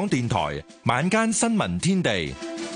港電台晚間新聞天地，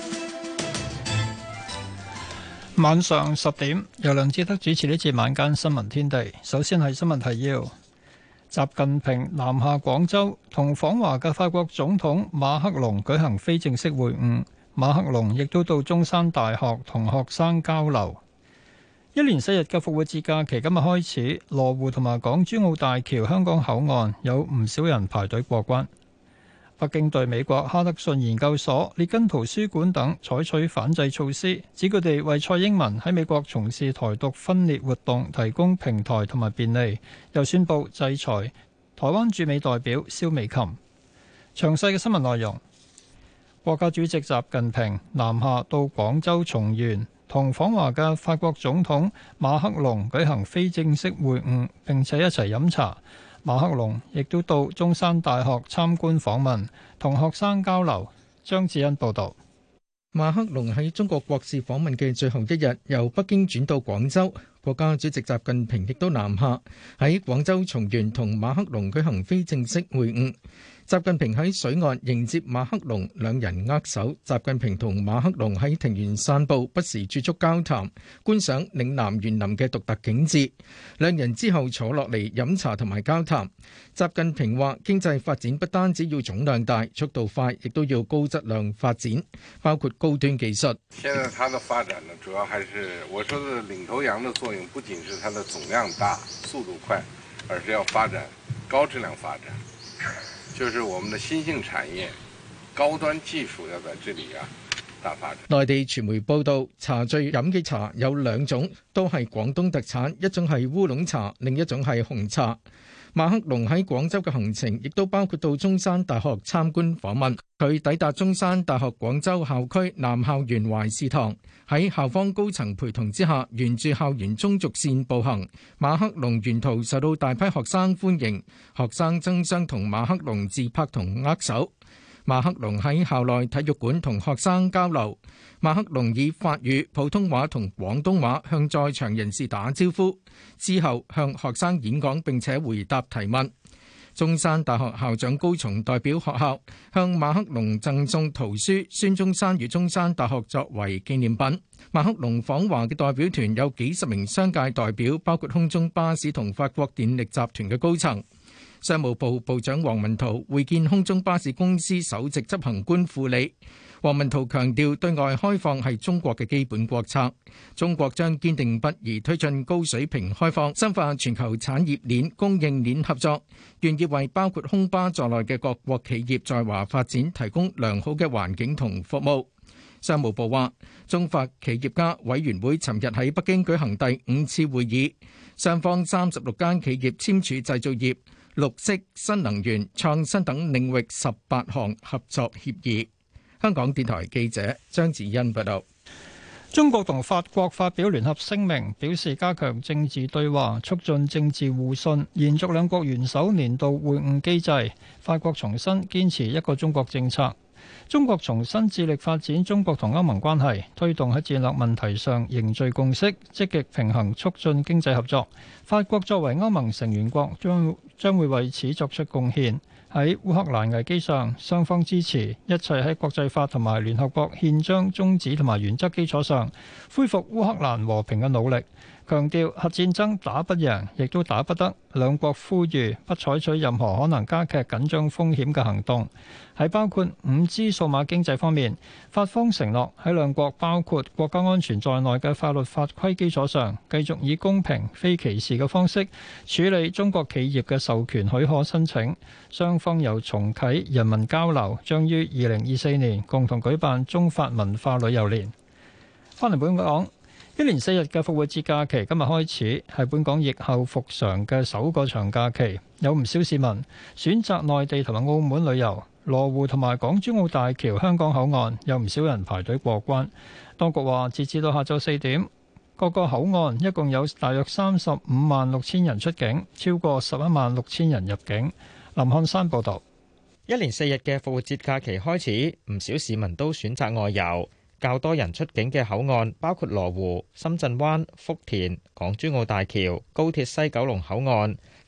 晚上10點由梁志德主持呢節晚間新聞天地。首先係新聞提要：習近平南下廣州，同訪華嘅法國總統馬克龍舉行非正式會晤。馬克龍亦都到中山大學同學生交流。一連4日嘅復活節假期今日開始，羅湖同埋港珠澳大橋香港口岸有唔少人排隊過關。北京對美國哈德遜研究所、列根圖書館等採取反制措施，指佢哋為蔡英文喺美國從事台獨分裂活動提供平台同埋便利，又宣布制裁台灣駐美代表蕭美琴。詳細嘅新聞內容，國家主席習近平南下到廣州松園，同訪華嘅法國總統馬克龍舉行非正式會晤，並且一齊飲茶。馬克龍亦都到中山大學參觀訪問，同學生交流。張智恩報導。 馬克龍喺中國國事訪問嘅最後一日，由北京轉到廣州。國家主席習近平亦都南下喺廣州松園同馬克龍舉行非正式會晤。習近平喺水岸迎接馬克龍，兩人握手。習近平同馬克龍喺庭園散步，不時駐足交談，觀賞嶺南園林嘅獨特景致。兩人之後坐落嚟飲茶同埋交談。習近平話：經濟發展不單止要總量大、速度快，亦都要高質量發展，包括高端技術。 現在它的發展呢，主要還是我說的領頭羊的作用，不僅是它的總量大、速度快，而是要發展高質量發展。就是我們的新興產業、高端技術要在這裡大發展。 內地傳媒報道，茶最飲嘅茶有兩種，都係廣東特產，一種係烏龍茶，另一種係紅茶。馬克龍喺廣州嘅行程亦都包括到中山大學參觀訪問。佢抵達中山大學廣州校區南校園懷士堂，喺校方高層陪同之下，沿住校園中軸線步行。馬克龍沿途受到大批學生歡迎，學生爭相同馬克龍自拍同握手。馬克龍喺校內體育館同學生交流。馬克龍以法語、普通話同廣東話向在場人士打招呼，之後向學生演講並且回答提問。中山大學校長高松代表學校向馬克龍贈送圖書《孫中山與中山大學》作為紀念品。馬克龍訪華嘅代表團有幾十名商界代表，包括空中巴士同法國電力集團嘅高層。商務部部長王文濤會見空中巴士公司首席執行官傅利。王文濤強調，對外開放係中國嘅基本國策，中國將堅定不移推進高水平開放，深化全球產業鏈、供應鏈合作，願意為包括空巴在內嘅各國企業在華發展提供良好嘅環境同服務。商務部話，中法企業家委員會尋日喺北京舉行第5次會議，雙方36間企業簽署製造業、綠色、新能源、創新等領域18項合作協議。香港電台記者張子欣報道。 中國同法國發表聯合聲明，表示加強政治對話，促進政治互信，延續兩國元首年度會晤機制。法國重申堅持一個中國政策。中國重新致力發展中國同歐盟關係，推動喺戰略問題上凝聚共識，積極平衡促進經濟合作。法國作為歐盟成員國，將會為此作出貢獻。喺烏克蘭危機上，雙方支持一切喺國際法同埋聯合國憲章宗旨同埋原則基礎上恢復烏克蘭和平嘅努力。強調核戰爭打不贏，亦都打不得。兩國呼籲不採取任何可能加劇緊張風險嘅行動。喺包括5G 數碼經濟方面，法方承諾喺兩國包括國家安全在內嘅法律法規基礎上，繼續以公平、非歧視嘅方式處理中國企業嘅授權許可申請。雙方又重啟人民交流，將於2024年共同舉辦中法文化旅遊年。翻嚟本港。一連4日嘅復活節假期今日開始，係本港疫後復常嘅首個長假期，有唔少市民選擇內地同埋澳門旅遊。羅湖同埋港珠澳大橋香港口岸有唔少人排隊過關。當局話，截至到下晝4點，各個口岸一共有大約35萬6千人出境，超過11萬6千人入境。林漢山報導。 一連4日嘅復活節假期開始，唔少市民都選擇外遊。較多人出境嘅口岸包括羅湖、深圳灣、福田、港珠澳大橋、高鐵西九龍口岸。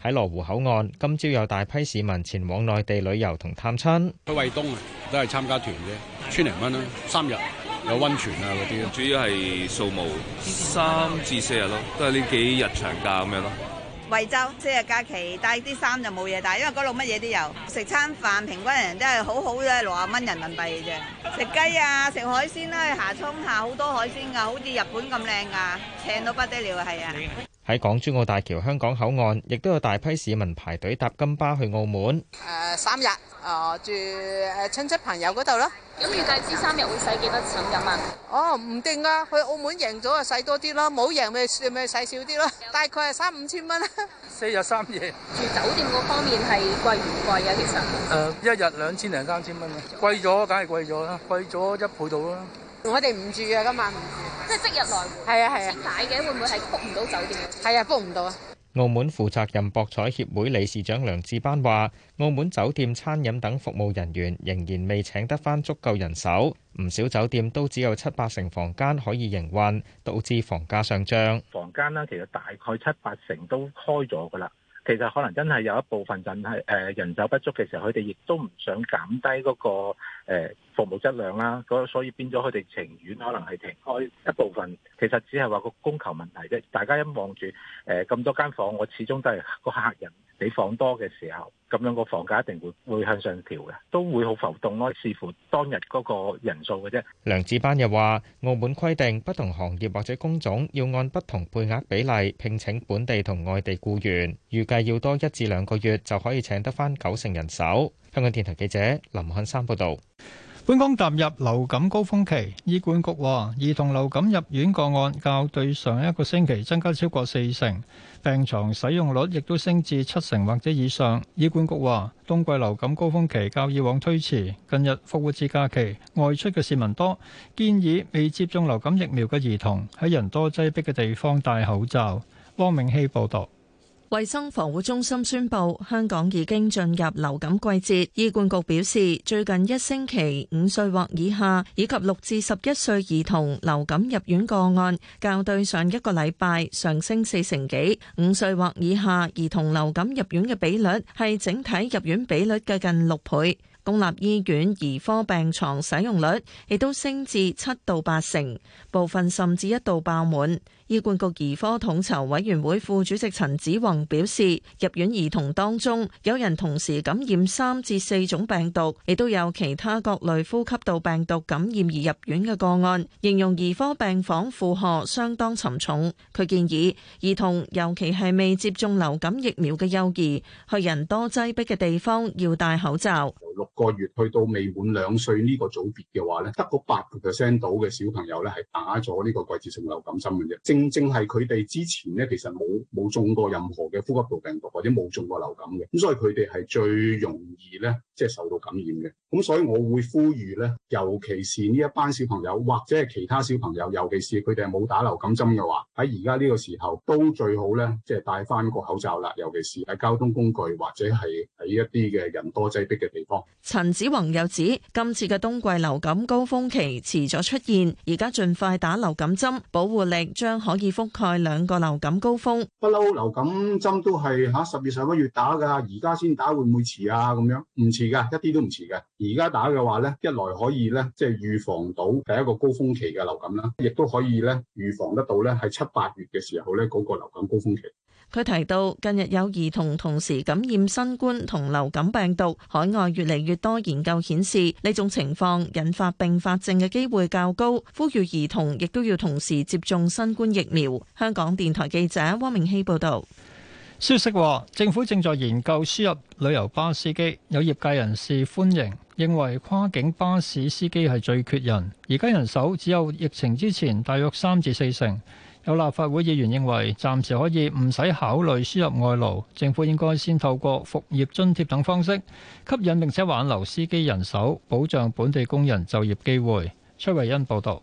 喺羅湖口岸，今朝有大批市民前往內地旅遊同探親。 去惠東啊，都係參加團啫，千零蚊啦，3日有溫泉啊嗰啲。 主要係掃墓3至4日咯，都係呢幾日長假咁樣咯。 惠州4日假期，帶啲衫就冇嘢帶，因為嗰度乜嘢都有。食餐飯平均人都係好好嘅60蚊人民幣嘅啫。食雞啊，食海鮮啦，去霞涌下好多海鮮㗎，好似日本咁靚㗎，靚到不得了係啊！ 喺港珠澳大橋香港口岸，亦都有大批市民排隊搭金巴去澳門。 3日，住親戚朋友嗰度咯。 咁預計呢3日會使幾多錢咁啊？ 哦，唔定啊，去澳門贏咗就使多啲咯，冇贏咪使少啲咯。大概係3-5千蚊啦。 4日3夜。 住酒店嗰方面係貴唔貴啊？其實 1日2000零3000蚊啊，貴咗梗係貴咗啦，貴咗1倍到啦。 我哋唔住啊，今晚唔住。 即係即日來回。 係啊係啊。 點解嘅？會唔會係 book 唔到酒店？ 係啊，book唔到啊。 澳門負責任博彩協會理事長梁志班話，澳門酒店、餐飲等服務人員仍然未請得返足夠人手，唔少酒店都只有7-8成房間可以營運，導致房價上漲。 房間呢，其實大概7-8成都開咗㗎啦。其實可能真係有一部分真係人手不足嘅時候，佢哋亦都唔想減低嗰個服務質量啦，所以變咗佢哋情願可能係停開一部分。其實只係話個供求問題啫。大家一望住咁多間房，我始終都係個客人比房多嘅時候，咁樣個房價一定會向上調嘅，都會好浮動咯，視乎當日嗰個人數嘅啫。 梁志班又話，澳門規定不同行業或者工種要按不同配額比例聘請本地同外地僱員，預計要多1至2個月就可以請得返90%人手。香港電台記者林漢山報導。 本港踏入流感高峰期，醫管局話兒童流感入院個案較對上一個星期增加超過4成，病床使用率亦都升至7成或者以上。醫管局話冬季流感高峰期較以往推遲，近日復活節假期外出嘅市民多，建議未接種流感疫苗嘅兒童喺人多擠迫嘅地方戴口罩。汪明希報導。 衛生防護中心宣布，香港已經進入流感季節。醫管局表示，最近1星期5歲或以下以及6至11歲兒童流感入院個案，較對上一個禮拜上升4成幾。5歲或以下兒童流感入院嘅比率係整體入院比率嘅近6倍。公立醫院兒科病床使用率亦都升至7到8成，部分甚至一度爆滿。醫管局兒科統籌委員會副主席陳子宏表示，入院兒童當中有人同時感染3至4種病毒，亦都有其他各類呼吸道病毒感染而入院嘅個案，形容兒科病房負荷相當沉重。佢建議兒童，尤其係未接種流感疫苗嘅幼兒，去人多擠迫嘅地方要戴口罩。 由6個月去到未滿2歲呢個組別嘅話咧，得嗰8% 到嘅小朋友咧係打咗呢個季節性流感針嘅啫。正係佢哋之前咧，其實冇中過任何嘅呼吸道病毒或者冇中過流感嘅，咁所以佢哋係最容易咧，即係受到感染嘅。咁所以我會呼籲咧，尤其是呢一班小朋友或者係其他小朋友，尤其是佢哋係冇打流感針嘅話，喺而家呢個時候都最好咧，即係戴翻個口罩啦。尤其是喺交通工具或者係喺一啲嘅人多擠迫嘅地方。 陳子宏又指，今次嘅冬季流感高峰期遲咗出現，而家盡快打流感針，保護力將可以覆蓋2個流感高峰。 不嬲流感針都係10月11月打㗎，而家先打會唔會遲啊？咁樣唔遲㗎，一啲都唔遲㗎。而家打嘅話咧，一來可以咧，即係預防到第一個高峰期嘅流感啦，亦都可以咧預防得到咧喺7-8月嘅時候咧嗰個流感高峰期。 佢提到，近日有兒童同時感染新冠同流感病毒，海外越嚟越多研究顯示呢種情況引發併發症嘅機會較高，呼籲兒童亦都要同時接種新冠疫苗。香港電台記者汪明希報導。 消息話，政府正在研究輸入旅遊巴司機，有業界人士歡迎，認為跨境巴士司機係最缺人，而家人手只有疫情之前大約3至4成。有立法會議員認為暫時可以唔使考慮輸入外勞，政府應該先透過復業津貼等方式吸引並且挽留司機人手，保障本地工人就業機會。崔慧欣報導。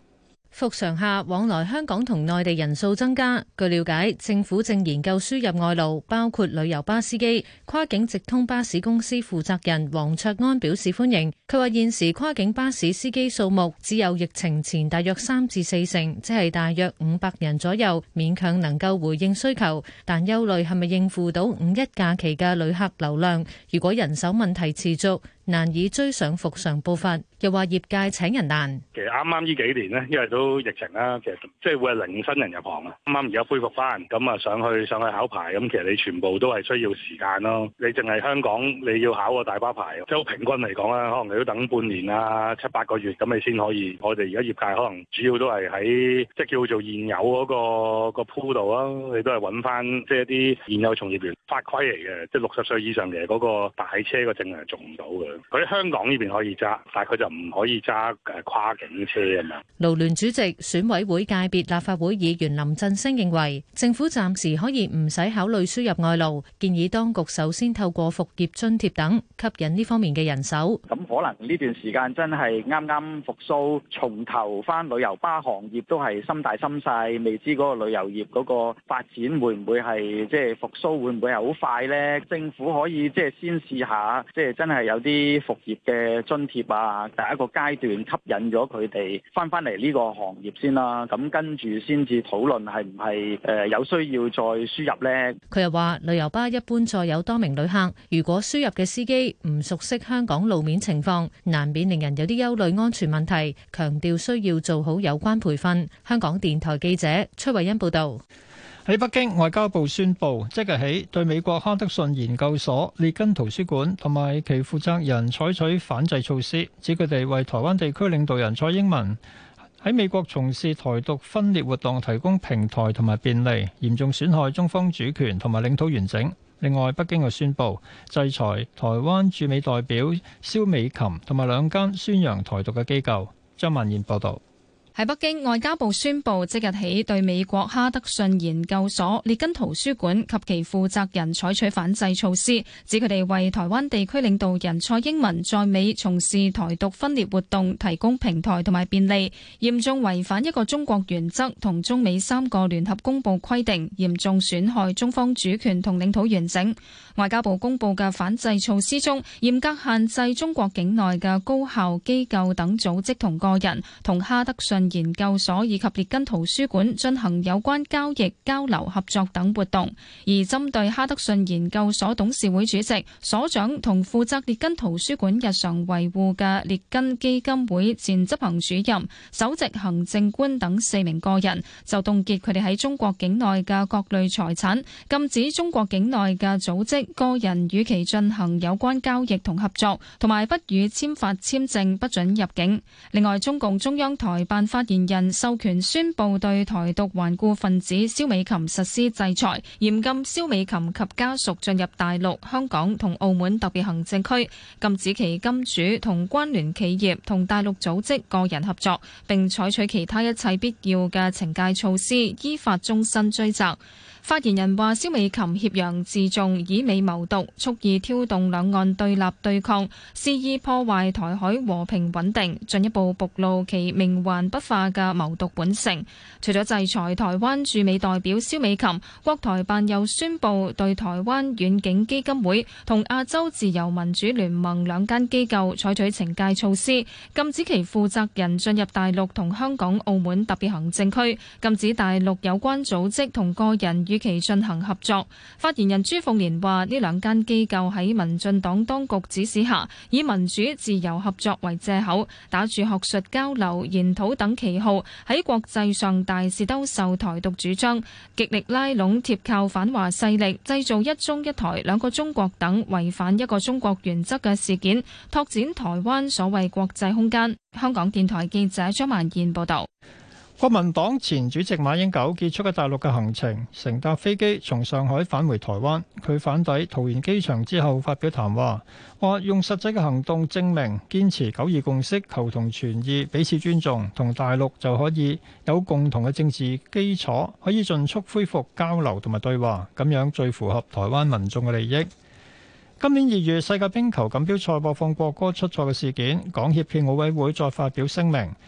復常下，往來香港同內地人數增加。據了解，政府正研究輸入外勞，包括旅遊巴司機。跨境直通巴士公司負責人黃卓安表示歡迎。佢話現時跨境巴士司機數目只有疫情前大約3至4成，即係大約500人左右，勉強能夠回應需求。但憂慮係咪應付到5·1假期嘅旅客流量？如果人手問題持續，難以追上復常步伐，又話業界請人難。 其實啱啱呢幾年呢，因為都疫情啦，其實即係會係零新人入行啊。啱啱而家恢復翻，咁啊上去考牌，咁其實你全部都係需要時間咯。你淨係香港你要考個大巴牌，即係平均嚟講啦，可能你都等半年啊、7-8個月，咁你先可以。我哋而家業界可能主要都係喺即係叫做現有嗰個鋪度啊，你都係揾翻即係一啲現有從業員法規嚟嘅，即係60歲以上嘅嗰個大車個證係做唔到嘅。佢喺香港呢邊可以揸，但係佢就唔可以揸跨境車啊嘛。 勞聯主席、選委會界別立法會議員林振昇認為，政府暫時可以唔使考慮輸入外勞，建議當局首先透過復業津貼等吸引呢方面嘅人手。 咁可能呢段時間真係啱啱復甦，重頭翻旅遊巴行業都係心大心細，未知嗰個旅遊業嗰個發展會唔會係即係復甦，會唔會係好快呢？政府可以即係先試下，即係真係有啲復業嘅津貼啊，第一個階段吸引咗佢哋翻嚟呢個行業先啦，咁跟住先至討論係唔係有需要再輸入呢？ 佢又話旅遊巴一般載有多名旅客，如果輸入嘅司機唔熟悉香港路面情況，難免令人有啲憂慮安全問題，強調需要做好有關培訓。香港電台記者崔慧欣報道。 喺北京，外交部宣布，即日起對美國哈德遜研究所、列根圖書館同埋其負責人採取反制措施，指佢哋為台灣地區領導人蔡英文喺美國從事台獨分裂活動提供平台同埋便利，嚴重損害中方主權同埋領土完整。另外，北京又宣布制裁台灣駐美代表蕭美琴同埋2間宣揚台獨嘅機構。張曼燕報導。 喺北京，外交部宣布即日起對美國哈德遜研究所、列根圖書館及其負責人採取反制措施，指佢哋為台灣地區領導人蔡英文在美從事台獨分裂活動提供平台同埋便利，嚴重違反一個中國原則同中美3個聯合公報規定，嚴重損害中方主權同領土完整。外交部公布嘅反制措施中，嚴格限制中國境內嘅高校、機構等組織同個人同哈德遜研究所以及列根圖書館進行有關交易、交流、合作等活動，而針對哈德遜研究所董事會主席、所長同負責列根圖書館日常維護嘅列根基金會前執行主任、首席行政官等4名個人，就凍結佢哋喺中國境內嘅各類財產，禁止中國境內嘅組織、個人與其進行有關交易同合作，同埋不予簽發簽證，不准入境。另外，中共中央台辦發言人授權宣布對台獨頑固分子蕭美琴實施制裁，嚴禁蕭美琴及家屬進入大陸、香港同澳門特別行政區，禁止其金主同關聯企業同大陸組織個人合作，並採取其他一切必要嘅懲戒措施，依法終身追責。發言人話：蕭美琴挾洋自重，以美謀獨，蓄意挑動兩岸對立對抗，肆意破壞台海和平穩定，進一步暴露其冥頑不化嘅謀獨本性。除咗制裁台灣駐美代表蕭美琴，國台辦又宣布對台灣遠景基金會同亞洲自由民主聯盟2間機構採取懲戒措施，禁止其負責人進入大陸同香港、澳門特別行政區，禁止大陸有關組織同個人與其進行合作。發言人朱鳳蓮話：呢2間機構喺民進黨當局指使下，以民主自由合作為藉口，打住學術交流、研討等旗號，喺國際上大肆兜售台獨主張，極力拉攏貼靠反華勢力，製造一中一台、2個中國等違反一個中國原則嘅事件，拓展台灣所謂國際空間。香港電台記者張曼燕報道。 國民黨前主席馬英九結束喺大陸嘅行程，乘搭飛機從上海返回台灣。佢返抵桃園機場之後發表談話，話用實際嘅行動證明堅持九二共識、求同存異、彼此尊重，同大陸就可以有共同嘅政治基礎，可以盡速恢復交流同埋對話，咁樣最符合台灣民眾嘅利益。今年2月世界冰球錦標賽播放國歌出錯嘅事件，港協暨奧委會再發表聲明，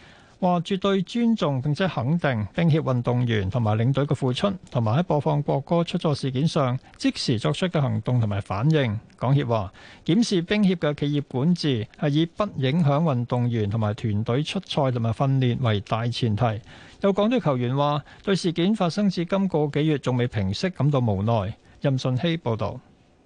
話絕對尊重並且肯定冰協運動員同埋領隊嘅付出，同埋喺播放國歌出錯事件上即時作出嘅行動同埋反應。港協話檢視冰協嘅企業管治係以不影響運動員同埋團隊出賽同埋訓練為大前提。有港隊球員話對事件發生至今個幾月仲未平息感到無奈。任順希報導。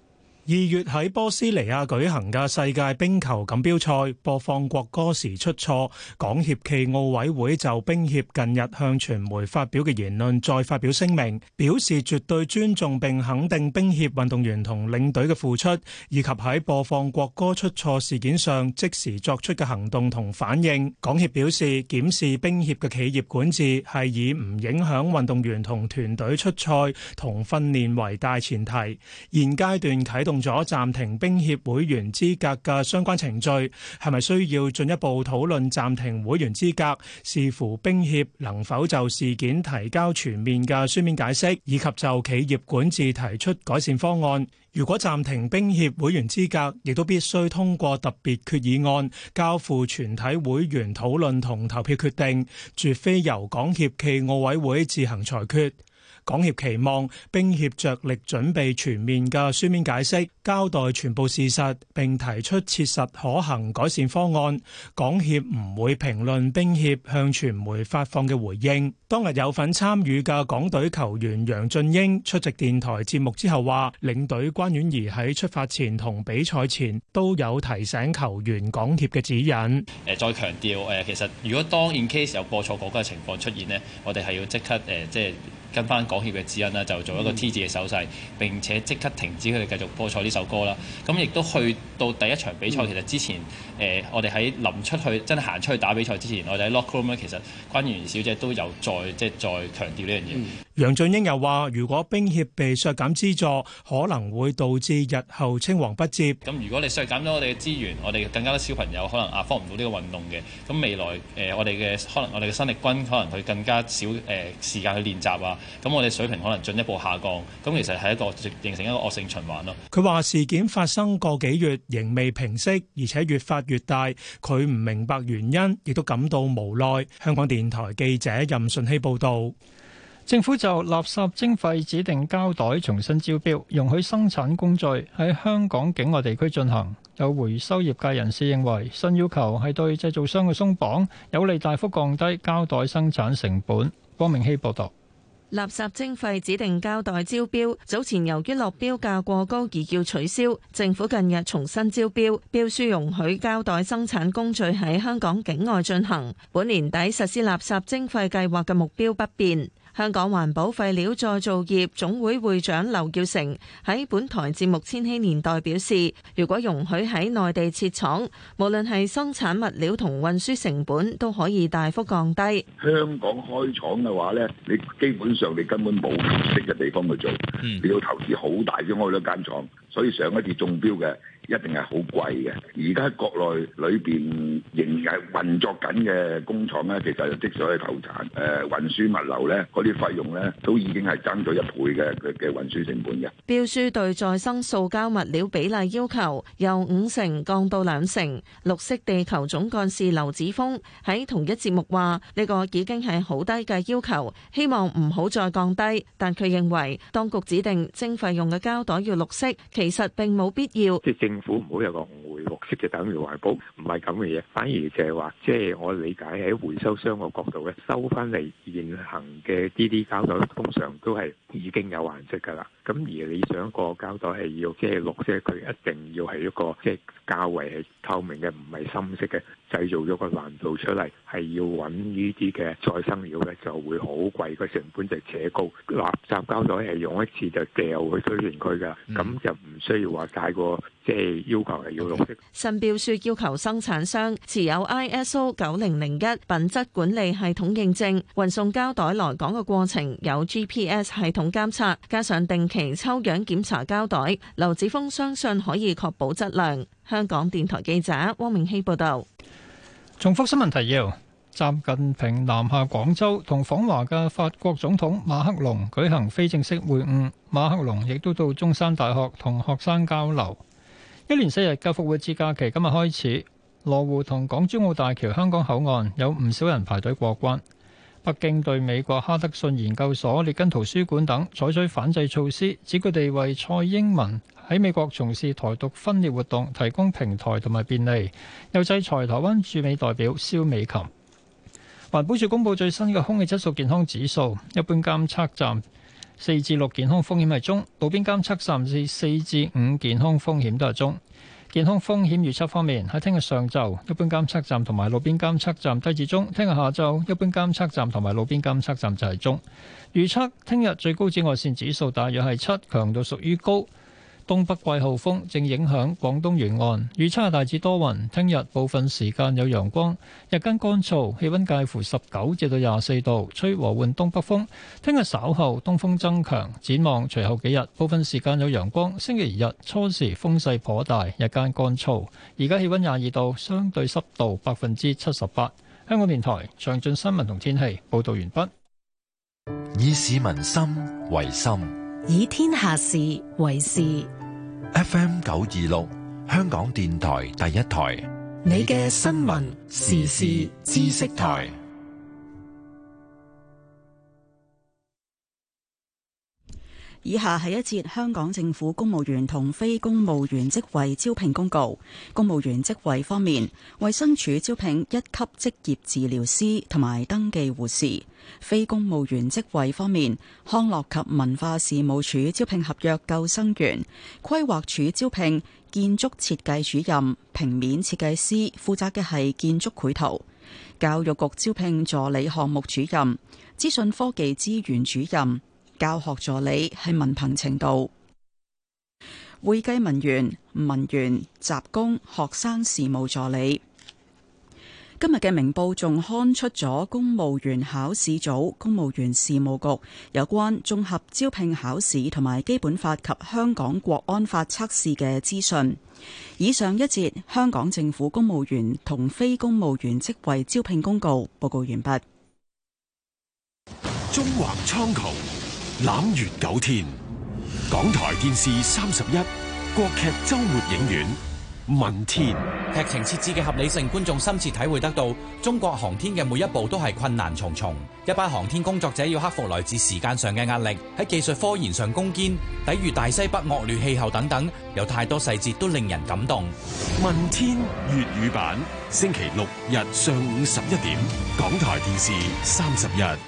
2月喺波斯尼亞舉行嘅世界冰球錦標賽播放國歌時出錯，港協暨奧委會就冰協近日向傳媒發表嘅言論再發表聲明，表示絕對尊重並肯定冰協運動員同領隊嘅付出，以及喺播放國歌出錯事件上即時作出嘅行動同反應。港協表示，檢視冰協嘅企業管治係以唔影響運動員同團隊出賽同訓練為大前提，現階段啟動咗暫停冰協會員資格嘅相關程序，係咪需要進一步討論暫停會員資格，視乎冰協能否就事件提交全面嘅書面解釋，以及就企業管治提出改善方案。如果暫停冰協會員資格，亦都必須通過特別決議案，交付全體會員討論同投票決定，絕非由港協暨奧委會自行裁決。港協期望冰協着力準備全面嘅書面解釋，交代全部事實，並提出切實可行改善方案。港協唔會評論冰協向傳媒發放嘅回應。當日有份參與嘅港隊球員楊俊英出席電台節目之後話，領隊關婉儀喺出發前同比賽前都有提醒球員港協嘅指引。 再強調其實如果當 in case 有播錯國歌嘅情況出現呢，我哋係要即刻即係跟翻港協嘅指引啦，就做一個 T 字嘅手勢，並且即刻停止佢哋繼續播錯呢首歌啦。咁亦都去到第一場比賽，其實之前我哋喺臨出去真係行出去打比賽之前，我哋喺 locker room 咧，其實關婉儀小姐都有再強調呢樣嘢。 楊俊英又話：如果冰協被削減資助，可能會導致日後青黃不接。 咁如果你削減咗我哋嘅資源，我哋更加多小朋友可能幫唔到呢個運動嘅。咁未來我哋嘅新力軍可能佢更加少時間去練習啊。咁我哋水平可能進一步下降。咁其實係一個形成一個惡性循環咯。 佢話事件發生個幾月仍未平息，而且越發越大。佢唔明白原因，亦都感到無奈。香港電台記者任順希報導。 政府就垃圾徵費指定膠袋重新招標，容許生產工序喺香港境外地區進行。有回收業界人士認為，新要求係對製造商嘅鬆綁，有利大幅降低膠袋生產成本。汪明希報導。 垃圾徵費指定膠袋招標，早前由於落標價過高而要取消，政府近日重新招標，標書容許膠袋生產工序喺香港境外進行。本年底實施垃圾徵費計劃嘅目標不變。香港環保廢料再造業總會會長劉耀成喺本台節目《千禧年代》表示，如果容許喺內地設廠，無論係生產物料同運輸成本都可以大幅降低。 香港開廠嘅話呢，你基本上你根本冇合適嘅地方去做，你要投資好大先開咗間廠，所以上一次中標嘅一定係好貴嘅。而家喺國內裏邊仍然係運作緊嘅工廠呢，其實即使係投產運輸物流呢，嗰啲費用呢都已經係增咗1倍嘅運輸成本嘅。 標書對再生塑膠物料比例要求由50%降到2%。綠色地球總幹事劉子峰喺同一節目話：呢個已經係好低嘅要求，希望唔好再降低。但佢認為當局指定徵費用嘅膠袋要綠色，其實並冇必要。 即係政府唔好有個誤會，綠色就等於環保，唔係咁嘅嘢。反而就係話，即係我理解喺回收商個角度咧，收翻嚟現行嘅啲膠袋，通常都係已經有顏色㗎啦。咁而你想個膠袋係要即係綠色，佢一定要係一個即係較為係透明嘅，唔係深色嘅，製造咗個難度出嚟，係要揾呢啲嘅再生料咧，就會好貴，個成本就扯高。垃圾膠袋係用一次就掉去堆填區㗎，咁就唔需要話太過即係要求係要綠色。 新標書要求生產商持有 ISO 9001品質管理系統認證，運送膠袋來港嘅過程有 GPS 系統監測，加上定期抽樣檢查膠袋。劉子峰相信可以確保質量。香港電台記者汪明希報道。 重複新聞提要：習近平南下廣州同訪華嘅法國總統馬克龍舉行非正式會晤，馬克龍亦都到中山大學同學生交流。一連4日嘅復活節假期今日開始， 羅湖同港珠澳大橋香港口岸有唔少人排隊過關。北京對美國哈德遜研究所、列根圖書館等採取反制措施，指佢哋為蔡英文喺美國從事台獨分裂活動提供平台同埋便利，又制裁台灣駐美代表蕭美琴。環保署公布最新嘅空氣質素健康指數，一般監測站4至6健康風險係中，路邊監測站4至5健康風險都係中。健康風險預測方面，喺聽日上晝，一般監測站同埋路邊監測站低至中；聽日下晝，一般監測站同埋路邊監測站就係中。預測聽日最高紫外線指數大約係7，強度屬於高。東北季候風正影響廣東沿岸，預測係大致多雲。聽日部分時間有陽光，日間乾燥，氣溫介乎19至到24度，吹和緩東北風。聽日稍後東風增強，展望隨後幾日部分時間有陽光。星期日初時風勢頗大，日間乾燥。而家氣溫22度，相對濕度78%。香港電台詳盡新聞同天氣報道完畢。 以市民心為心， 以天下事為事。 FM 926，香港電台第一台， 你嘅新聞時事知識台。 以下係一節香港政府公務員同非公務員職位招聘公告。公務員職位方面，衛生署招聘1級職業治療師同埋登記護士。非公務員職位方面，康樂及文化事務署招聘合約救生員，規劃署招聘建築設計主任、平面設計師，負責嘅係建築繪圖。教育局招聘助理項目主任、資訊科技資源主任、教學助理係文憑程度。會計文員、文員、雜工、學生事務助理。今日嘅明報仲刊出咗公務員考試組、公務員事務局有關綜合招聘考試同埋基本法及香港國安法測試嘅資訊。以上一節香港政府公務員同非公務員職位招聘公告報告完畢。 縱橫蒼穹，攬月九天。港台電視31國劇周末影院問天， 劇情設置嘅合理性，觀眾深切體會得到。中國航天嘅每一步都係困難重重，一班航天工作者要克服來自時間上嘅壓力，喺技術科研上攻堅，抵禦大西北惡劣氣候等等，有太多細節都令人感動。 問天粵語版，星期六日上午11點，港台電視31。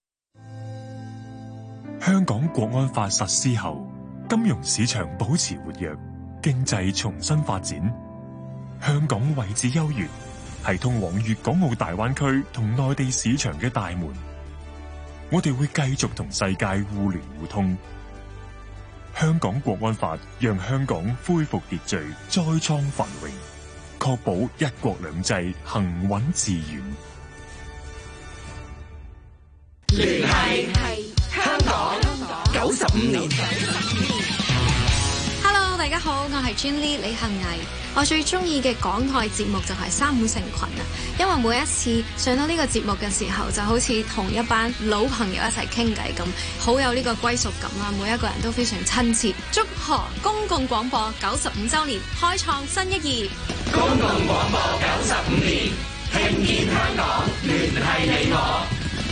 香港國安法實施後，金融市場保持活躍，經濟重新發展。香港位置優越，係通往粵港澳大灣區同內地市場嘅大門。我哋會繼續同世界互聯互通。香港國安法讓香港恢復秩序，再創繁榮，確保一國兩制行穩致遠。 聯繫香港95年。 Hello， 大家好，我係 Jenny 李幸倪。我最中意嘅港台節目就係三五成群啊，因為每一次上到呢個節目嘅時候，就好似同一班老朋友一齊傾偈咁，好有呢個歸屬感啦。每一個人都非常親切。祝賀公共廣播95週年，開創新一頁。 公共廣播95年，聽見香港，聯繫你我。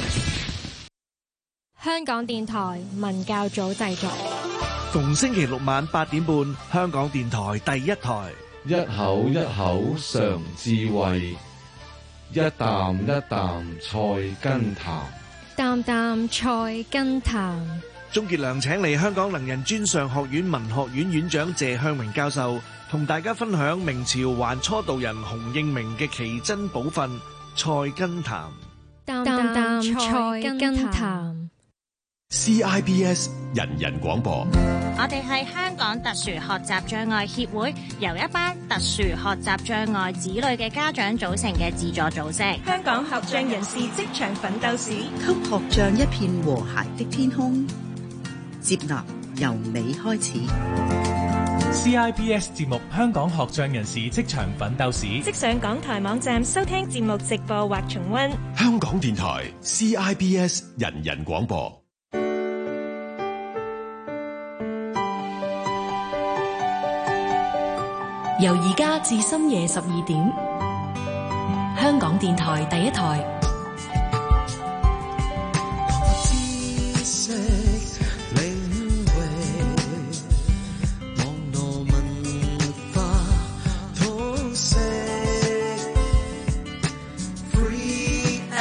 香港電台文教組製作， 逢星期六晚8點半，香港電台第一台。 一口一口常智慧，一啖一啖菜根譚， 啖啖菜根譚。 鍾傑良請嚟香港能仁專上學院文學院院長謝向榮教授，同大家分享明朝還初道人洪應明嘅奇珍寶訓菜根譚。 啖啖菜根譚。 CIBS 人人廣播， 我哋係香港特殊學習障礙協會，由一班特殊學習障礙子女嘅家長組成嘅自助組織。 香港學障人士職場奮鬥史， 給學障一片和諧的天空，接納由美開始。 CIBS 節目《香港學障人士職場奮鬥史》， 即上港台網站收聽節目直播或重溫。 香港電台 CIBS 人人廣播。 由而家至深夜12點， 香港電台第一台。